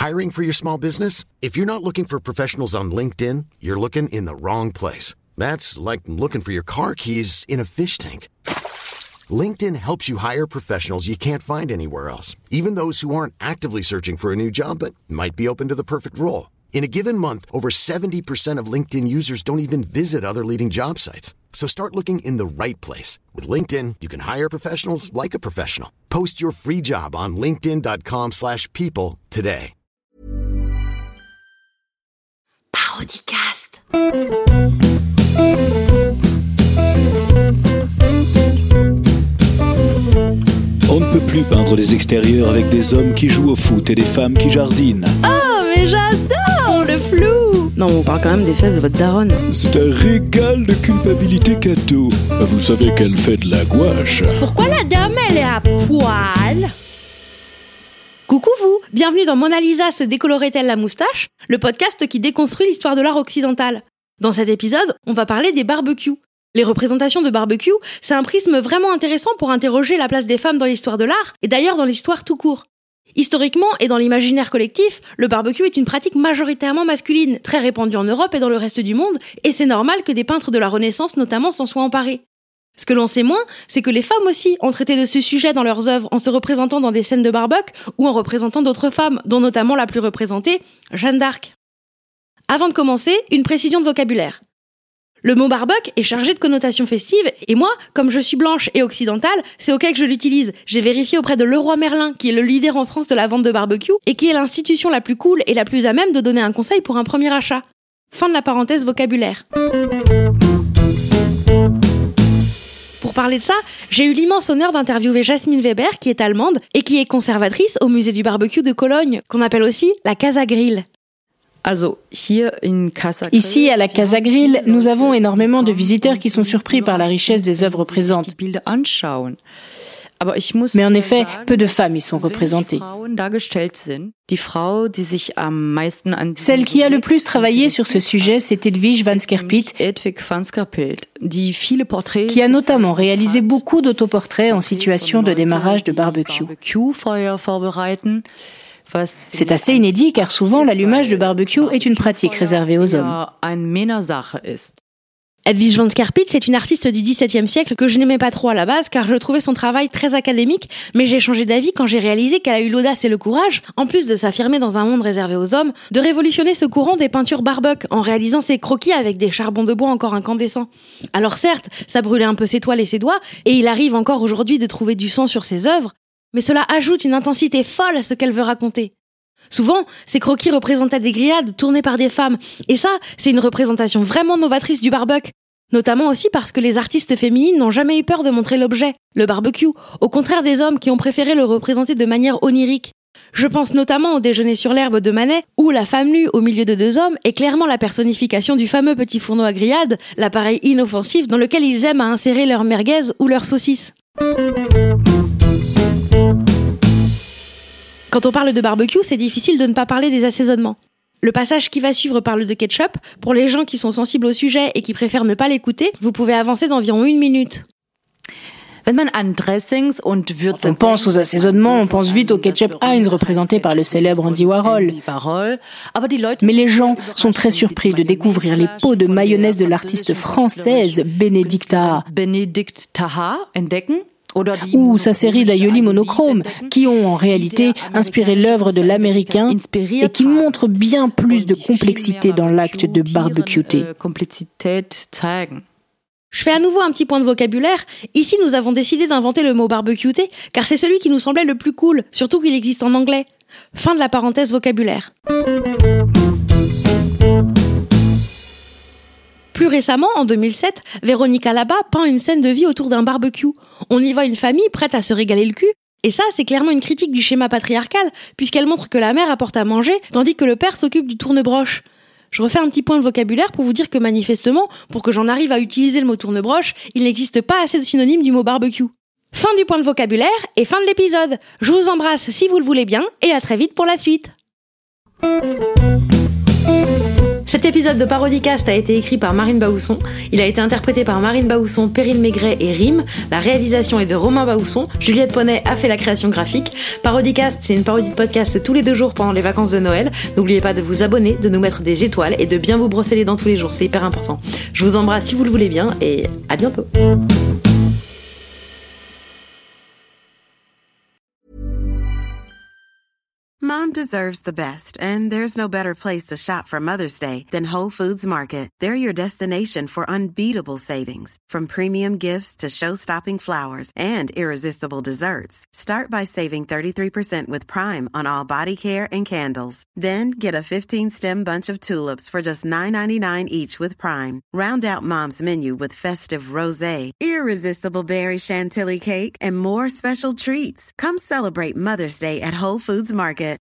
Hiring for your small business? If you're not looking for professionals on LinkedIn, you're looking in the wrong place. That's like looking for your car keys in a fish tank. LinkedIn helps you hire professionals you can't find anywhere else, even those who aren't actively searching for a new job but might be open to the perfect role. In a given month, over 70% of LinkedIn users don't even visit other leading job sites. So start looking in the right place. With LinkedIn, you can hire professionals like a professional. Post your free job on linkedin.com/people today. Parodicast. On ne peut plus peindre les extérieurs avec des hommes qui jouent au foot et des femmes qui jardinent. Oh, mais j'adore le flou. Non, on parle quand même des fesses de votre daronne. C'est un régal de culpabilité cadeau. Vous savez qu'elle fait de la gouache. Pourquoi la dame, elle est à poil? Coucou vous, bienvenue dans Mona Lisa se décolorait-elle la moustache, le podcast qui déconstruit l'histoire de l'art occidental. Dans cet épisode, on va parler des barbecues. Les représentations de barbecue, c'est un prisme vraiment intéressant pour interroger la place des femmes dans l'histoire de l'art, et d'ailleurs dans l'histoire tout court. Historiquement et dans l'imaginaire collectif, le barbecue est une pratique majoritairement masculine, très répandue en Europe et dans le reste du monde, et c'est normal que des peintres de la Renaissance notamment s'en soient emparés. Ce que l'on sait moins, c'est que les femmes aussi ont traité de ce sujet dans leurs œuvres en se représentant dans des scènes de barbecue ou en représentant d'autres femmes, dont notamment la plus représentée, Jeanne d'Arc. Avant de commencer, une précision de vocabulaire. Le mot barbecue est chargé de connotations festives et moi, comme je suis blanche et occidentale, c'est ok que je l'utilise. J'ai vérifié auprès de Leroy Merlin, qui est le leader en France de la vente de barbecue et qui est l'institution la plus cool et la plus à même de donner un conseil pour un premier achat. Fin de la parenthèse vocabulaire. Pour parler de ça, j'ai eu l'immense honneur d'interviewer Jasmine Weber, qui est allemande et qui est conservatrice au musée du barbecue de Cologne, qu'on appelle aussi la Casa Grill. Ici, à la Casa Grill, nous avons énormément de visiteurs qui sont surpris par la richesse des œuvres présentes. Mais en effet, peu de femmes y sont représentées. Celle qui a le plus travaillé sur ce sujet, c'est Edwige van Scherpiet, qui a notamment réalisé beaucoup d'autoportraits en situation de démarrage de barbecue. C'est assez inédit car souvent l'allumage de barbecue est une pratique réservée aux hommes. Edwige van Scherpiet, c'est une artiste du XVIIe siècle que je n'aimais pas trop à la base car je trouvais son travail très académique, mais j'ai changé d'avis quand j'ai réalisé qu'elle a eu l'audace et le courage, en plus de s'affirmer dans un monde réservé aux hommes, de révolutionner ce courant des peintures barbecue en réalisant ses croquis avec des charbons de bois encore incandescents. Alors certes, ça brûlait un peu ses toiles et ses doigts, et il arrive encore aujourd'hui de trouver du sang sur ses œuvres, mais cela ajoute une intensité folle à ce qu'elle veut raconter. Souvent, ces croquis représentaient des grillades tournées par des femmes, et ça, c'est une représentation vraiment novatrice du barbecue. Notamment aussi parce que les artistes féminines n'ont jamais eu peur de montrer l'objet, le barbecue, au contraire des hommes qui ont préféré le représenter de manière onirique. Je pense notamment au Déjeuner sur l'herbe de Manet, où la femme nue au milieu de deux hommes est clairement la personnification du fameux petit fourneau à grillade, l'appareil inoffensif dans lequel ils aiment à insérer leur merguez ou leur saucisse. Quand on parle de barbecue, c'est difficile de ne pas parler des assaisonnements. Le passage qui va suivre parle de ketchup. Pour les gens qui sont sensibles au sujet et qui préfèrent ne pas l'écouter, vous pouvez avancer d'environ 1 minute. Quand on pense aux assaisonnements, on pense vite au ketchup Heinz représenté par le célèbre Andy Warhol. Mais les gens sont très surpris de découvrir les pots de mayonnaise de l'artiste française Bénédicte Taha. Ou sa série d'aïoli monochromes, qui ont en réalité inspiré l'œuvre de l'américain et qui montrent bien plus de complexité dans l'acte de barbecuer. Je fais à nouveau un petit point de vocabulaire. Ici, nous avons décidé d'inventer le mot barbecuer, car c'est celui qui nous semblait le plus cool, surtout qu'il existe en anglais. Fin de la parenthèse vocabulaire. Plus récemment, en 2007, Véronica Laba peint une scène de vie autour d'un barbecue. On y voit une famille prête à se régaler le cul. Et ça, c'est clairement une critique du schéma patriarcal, puisqu'elle montre que la mère apporte à manger, tandis que le père s'occupe du tourne-broche. Je refais un petit point de vocabulaire pour vous dire que manifestement, pour que j'en arrive à utiliser le mot tourne-broche, il n'existe pas assez de synonymes du mot barbecue. Fin du point de vocabulaire et fin de l'épisode. Je vous embrasse si vous le voulez bien et à très vite pour la suite. Cet épisode de Parodicast a été écrit par Marine Baousson. Il a été interprété par Marine Baousson, Perrine Maigret et Rime. La réalisation est de Romain Baousson. Juliette Poney a fait la création graphique. Parodicast, c'est une parodie de podcast tous les 2 jours pendant les vacances de Noël. N'oubliez pas de vous abonner, de nous mettre des étoiles et de bien vous brosser les dents tous les jours. C'est hyper important. Je vous embrasse si vous le voulez bien et à bientôt. Mom deserves the best, and there's no better place to shop for Mother's Day than Whole Foods Market. They're your destination for unbeatable savings, from premium gifts to show-stopping flowers and irresistible desserts. Start by saving 33% with Prime on all body care and candles. Then get a 15-stem bunch of tulips for just $9.99 each with Prime. Round out Mom's menu with festive rosé, irresistible berry chantilly cake, and more special treats. Come celebrate Mother's Day at Whole Foods Market.